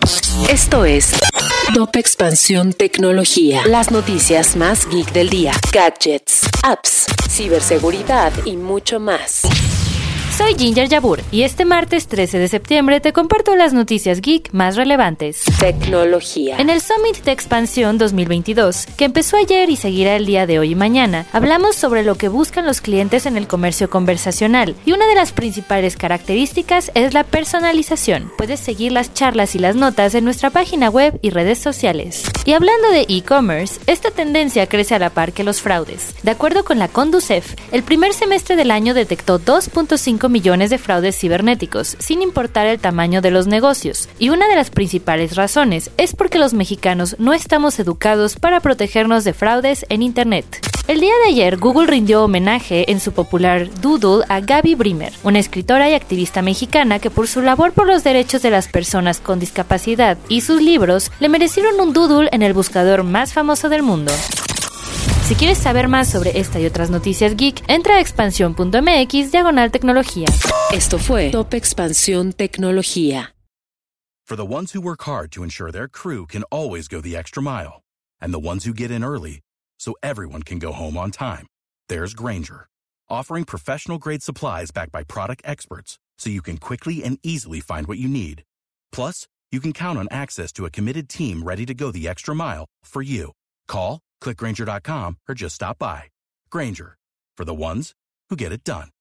Esto es Top Expansión Tecnología. Las noticias más geek del día. Gadgets, apps, ciberseguridad y mucho más. Soy Ginger Yabur y este martes 13 de septiembre te comparto las noticias geek más relevantes. Tecnología. En el Summit de Expansión 2022, que empezó ayer y seguirá el día de hoy y mañana, hablamos sobre lo que buscan los clientes en el comercio conversacional y una de las principales características es la personalización. Puedes seguir las charlas y las notas en nuestra página web y redes sociales. Y hablando de e-commerce, esta tendencia crece a la par que los fraudes. De acuerdo con la Conducef, el primer semestre del año detectó 2.5 millones de fraudes cibernéticos, sin importar el tamaño de los negocios. Y una de las principales razones es porque los mexicanos no estamos educados para protegernos de fraudes en Internet. El día de ayer, Google rindió homenaje en su popular Doodle a Gaby Brimer, una escritora y activista mexicana que por su labor por los derechos de las personas con discapacidad y sus libros le merecieron un Doodle en el buscador más famoso del mundo. Si quieres saber más sobre esta y otras noticias geek, entra a expansión.mx/tecnología. Esto fue Top Expansión Tecnología. For the ones who work hard to ensure their crew can always go the extra mile, and the ones who get in early so everyone can go home on time, there's Grainger, offering professional-grade supplies backed by product experts so you can quickly and easily find what you need. Plus, you can count on access to a committed team ready to go the extra mile for you. Call, click Grainger.com, or just stop by. Grainger, for the ones who get it done.